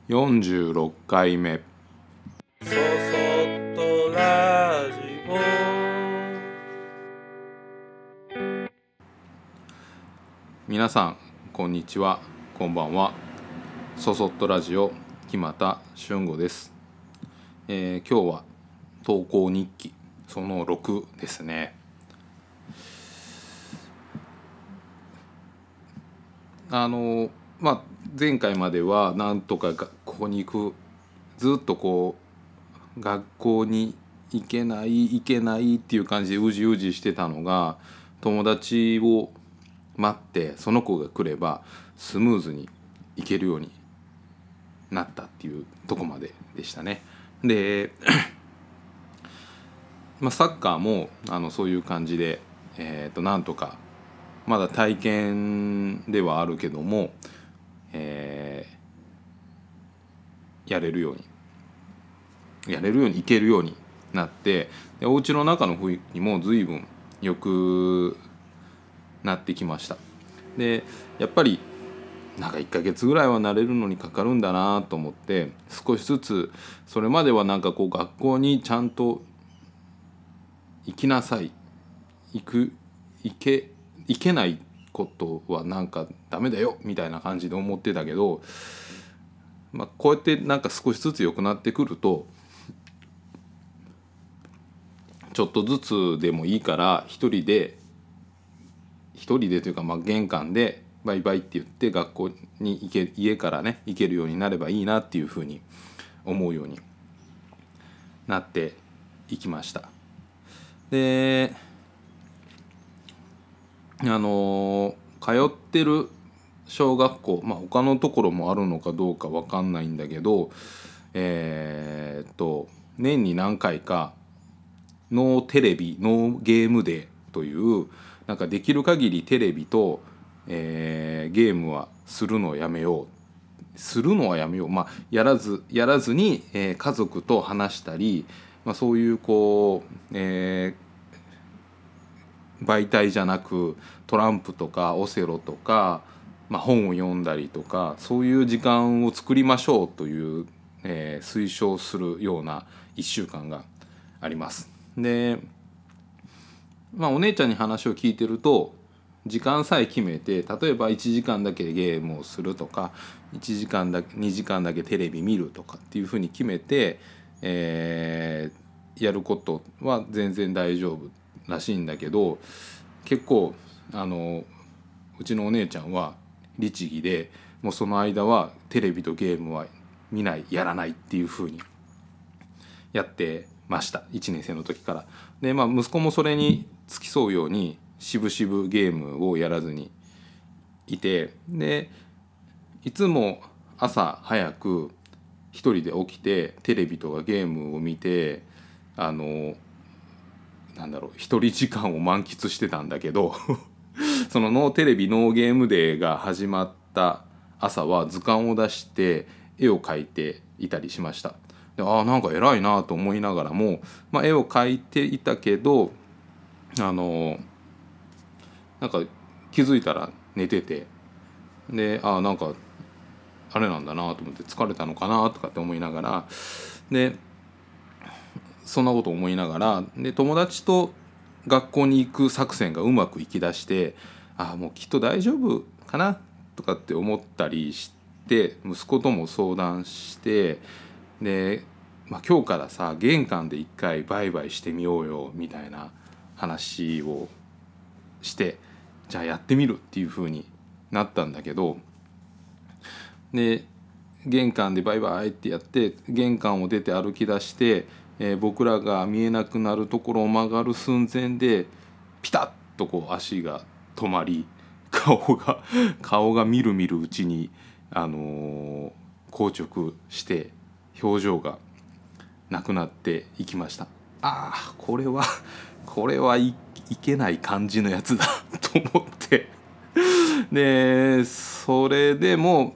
46回目そそっとラジオ。 皆さんこんにちは、こんばんは。そそっとラジオ木又俊吾です。今日は投稿日記その6ですね。前回まではなんとか学校に行く、ずっと学校に行けないっていう感じでうじうじしてたのが、友達を待ってその子が来ればスムーズに行けるようになったっていうとこまででしたね。で、サッカーもそういう感じで、なんとかまだ体験ではあるけども、やれるように行けるようになって、でお家の中の雰囲気も随分良くなってきました。でやっぱりなんか1ヶ月ぐらいは慣れるのにかかるんだなと思って、少しずつそれまでは学校にちゃんと行きなさい、行けないことはなんかダメだよみたいな感じで思ってたけど、こうやって少しずつ良くなってくると、ちょっとずつでもいいから一人でというか、玄関でバイバイって言って学校に家からね行けるようになればいいなっていうふうに思うようになっていきました。で通ってる小学校、他のところもあるのかどうか分かんないんだけど、年に何回かノーテレビノーゲームデーという、できる限りテレビと、ゲームはするのをやめよう、やらずに、家族と話したり、そういう媒体じゃなくトランプとかオセロとか、本を読んだりとか、そういう時間を作りましょうという、推奨するような1週間があります。で、お姉ちゃんに話を聞いてると、時間さえ決めて、例えば1時間だけゲームをするとか1時間だけ2時間だけテレビ見るとかっていうふうに決めて、やることは全然大丈夫らしいんだけど、結構うちのお姉ちゃんは律儀で、もうその間はテレビとゲームは見ない、やらないっていうふうにやってました、1年生の時から。で息子もそれに付き添うようにしぶしぶゲームをやらずにいて、でいつも朝早く一人で起きてテレビとかゲームを見て、一人時間を満喫してたんだけどそのノーテレビノーゲームデーが始まった朝は図鑑を出して絵を描いていたりしました。でなんか偉いなと思いながらも、絵を描いていたけど、気づいたら寝てて、でなんかあれなんだなと思って、疲れたのかなとかって思いながら、でそんなこと思いながら、で友達と学校に行く作戦がうまくいきだして、もうきっと大丈夫かなとかって思ったりして、息子とも相談して、で、今日からさ玄関で一回バイバイしてみようよみたいな話をして、じゃあやってみるっていう風になったんだけど、で玄関でバイバイってやって玄関を出て歩き出して、僕らが見えなくなるところを曲がる寸前でピタッと足が止まり、顔がみるみるうちに、硬直して表情がなくなっていきました。これはいけない感じのやつだと思ってでそれでも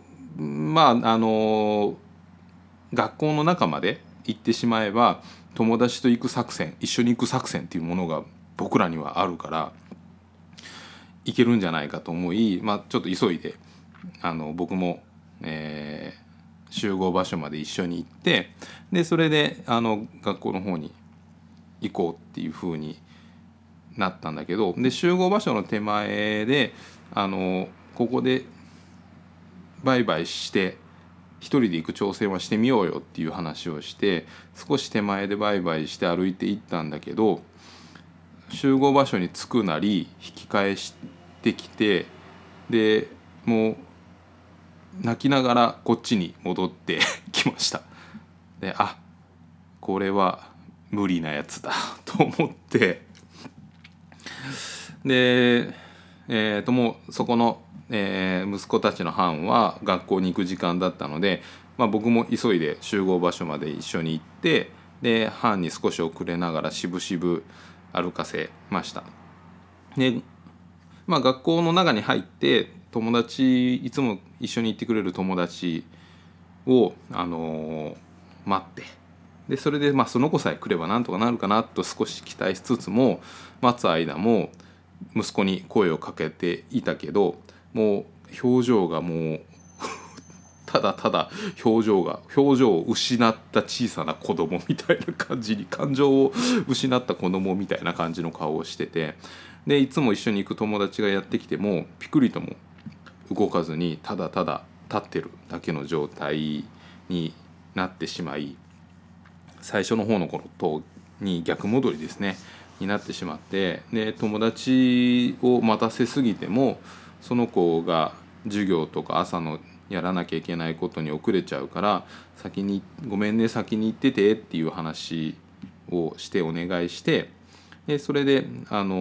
学校の中まで行ってしまえば友達と行く作戦、一緒に行く作戦っていうものが僕らにはあるからいけるんじゃないかと思い、ちょっと急いで僕も、 集合場所まで一緒に行って、でそれで学校の方に行こうっていう風になったんだけど、で集合場所の手前でここでバイバイして一人で行く挑戦はしてみようよっていう話をして、少し手前でバイバイして歩いて行ったんだけど、集合場所に着くなり引き返してきて、でもう泣きながらこっちに戻ってきました。でこれは無理なやつだと思って、でもうそこの、息子たちの班は学校に行く時間だったので、僕も急いで集合場所まで一緒に行って、で班に少し遅れながらしぶしぶ歩かせました。で学校の中に入って友達、いつも一緒に行ってくれる友達を、待って、でそれでその子さえ来ればなんとかなるかなと少し期待しつつも、待つ間も息子に声をかけていたけど、もう表情がもうただただ表情を失った小さな子供みたいな感じに、感情を失った子供みたいな感じの顔をしてて、でいつも一緒に行く友達がやってきてもピクリとも動かずにただただ立ってるだけの状態になってしまい、最初の方の頃とに逆戻りですねになってしまって、で友達を待たせすぎてもその子が授業とか朝のやらなきゃいけないことに遅れちゃうから、先にごめんね先に行っててっていう話をしてお願いして、でそれで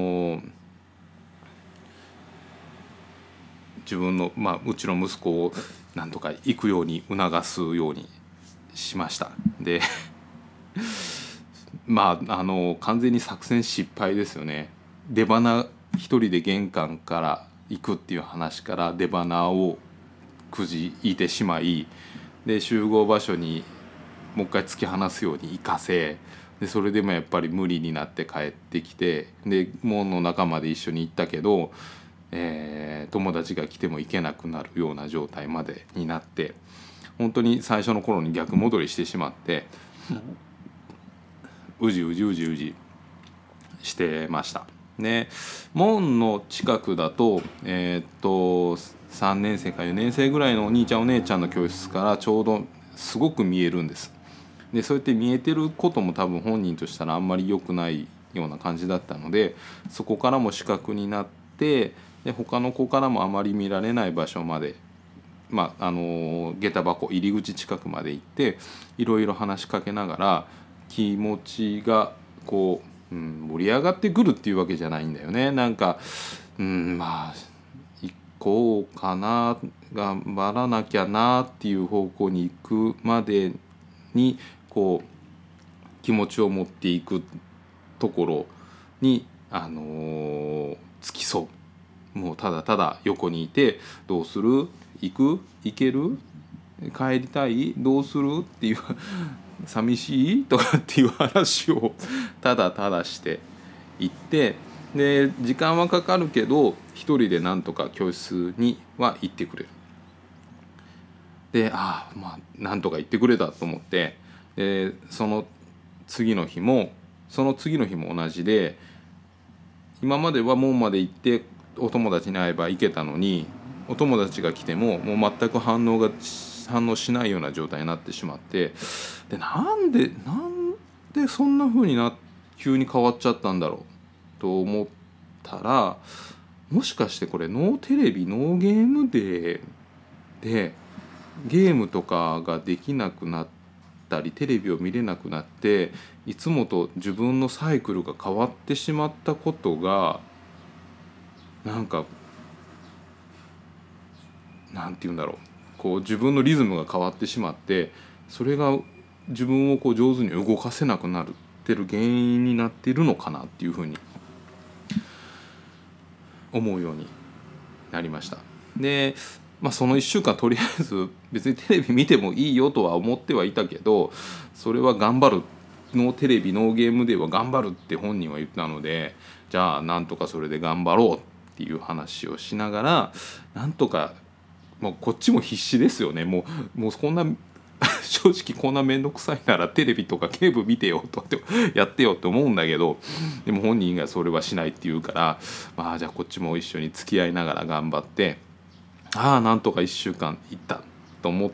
自分の、うちの息子をなんとか行くように促すようにしました。で完全に作戦失敗ですよね。出花一人で玄関から行くっていう話から出花をくじいてしまい、で集合場所にもう一回突き放すように行かせ、でそれでもやっぱり無理になって帰ってきて、で門の中まで一緒に行ったけど、友達が来ても行けなくなるような状態までになって、本当に最初の頃に逆戻りしてしまって、うじしてました。で門の近くだと3年生か4年生ぐらいのお兄ちゃんお姉ちゃんの教室からちょうどすごく見えるんです。でそうやって見えてることも多分本人としたらあんまり良くないような感じだったので、そこからも視覚になって、で他の子からもあまり見られない場所まで、下駄箱入り口近くまで行っていろいろ話しかけながら、気持ちがこう、盛り上がってくるっていうわけじゃないんだよね。なんか行こうかな、頑張らなきゃなっていう方向に行くまでにこう気持ちを持っていくところにつきそう。もうただただ横にいて、どうする、行ける、帰りたい、どうするっていう寂しいとかっていう話をただただしていって、で時間はかかるけど一人でなんとか教室には行ってくれる。でなんとか行ってくれたと思って、その次の日も同じで、今までは門まで行ってお友達に会えば行けたのに、お友達が来てももう全く反応しないような状態になってしまって、でなんでそんな風に急に変わっちゃったんだろうと思ったら、もしかしてこれノーテレビノーゲームデーでゲームとかができなくなったりテレビを見れなくなって、いつもと自分のサイクルが変わってしまったことが、なんかなんて言うんだろう、こう自分のリズムが変わってしまって、それが自分をこう上手に動かせなくなってる原因になっているのかなっていうふうに思うようになりました。でその1週間とりあえず別にテレビ見てもいいよとは思ってはいたけど、それは頑張る、ノーテレビノーゲームでは頑張るって本人は言ったので、じゃあなんとかそれで頑張ろうっていう話をしながら、なんとかもうこっちも必死ですよね。もうこんな正直こんなめんどくさいならテレビとかケーブル見てよとかってやってよって思うんだけど、でも本人がそれはしないって言うから、じゃあこっちも一緒に付き合いながら頑張って、なんとか1週間いったと思って、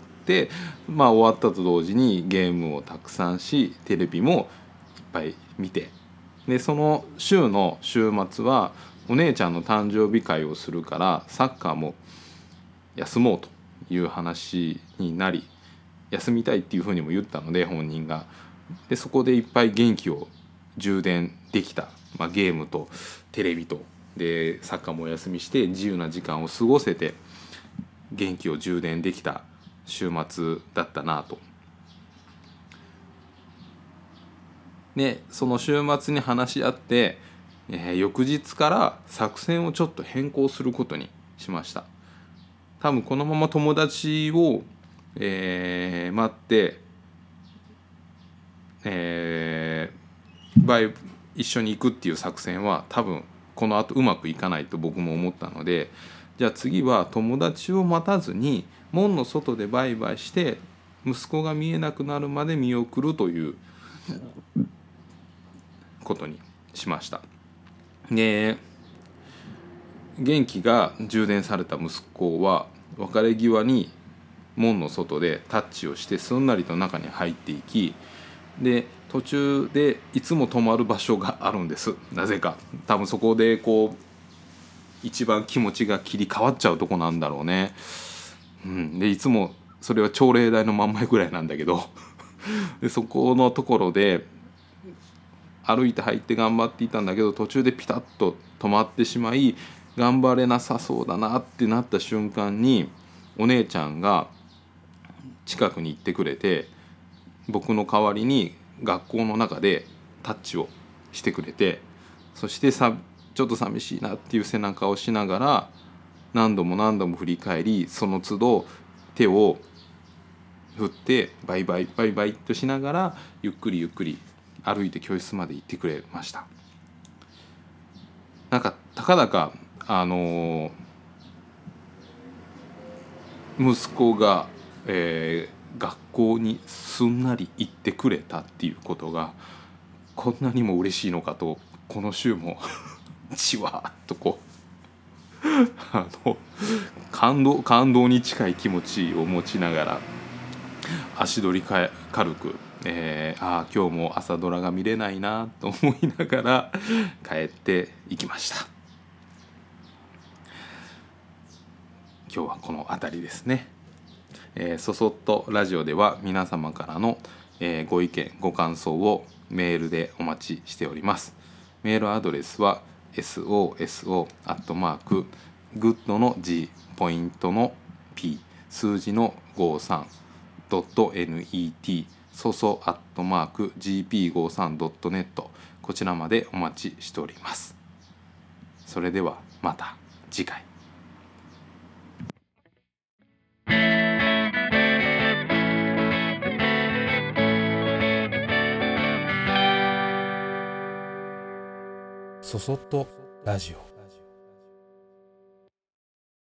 終わったと同時にゲームをたくさんし、テレビもいっぱい見て、でその週の週末はお姉ちゃんの誕生日会をするからサッカーも休もうという話になり、休みたいっていうふうにも言ったので本人が、でそこでいっぱい元気を充電できた、ゲームとテレビとでサッカーもお休みして自由な時間を過ごせて元気を充電できた週末だったなと。でその週末に話し合って、翌日から作戦をちょっと変更することにしました。多分このまま友達を、待って、一緒に行くっていう作戦は多分この後うまくいかないと僕も思ったので、じゃあ次は友達を待たずに門の外でバイバイして息子が見えなくなるまで見送るということにしました。で元気が充電された息子は別れ際に門の外でタッチをしてすんなりと中に入っていき、で途中でいつも止まる場所があるんです。なぜか多分そこでこう一番気持ちが切り替わっちゃうとこなんだろうね。でいつもそれは朝礼台の真ん前ぐらいなんだけどでそこのところで歩いて入って頑張っていたんだけど、途中でピタッと止まってしまい頑張れなさそうだなってなった瞬間にお姉ちゃんが近くに行ってくれて、僕の代わりに学校の中でタッチをしてくれて、そしてちょっと寂しいなっていう背中をしながら何度も何度も振り返り、その都度手を振ってバイバイバイバイとしながらゆっくりゆっくり歩いて教室まで行ってくれました。なんかたかだか息子が、学校にすんなり行ってくれたっていうことがこんなにも嬉しいのかと、この週もじわーっとこう感動に近い気持ちを持ちながら足取り軽く、今日も朝ドラが見れないなと思いながら帰っていきました。今日はこの辺りですね。そそっとラジオでは皆様からの、ご意見ご感想をメールでお待ちしております。メールアドレスは soso@good の G ポイントの P 数字の 53.net そそ@gp53.net こちらまでお待ちしております。それではまた次回。 そそっとラジオ。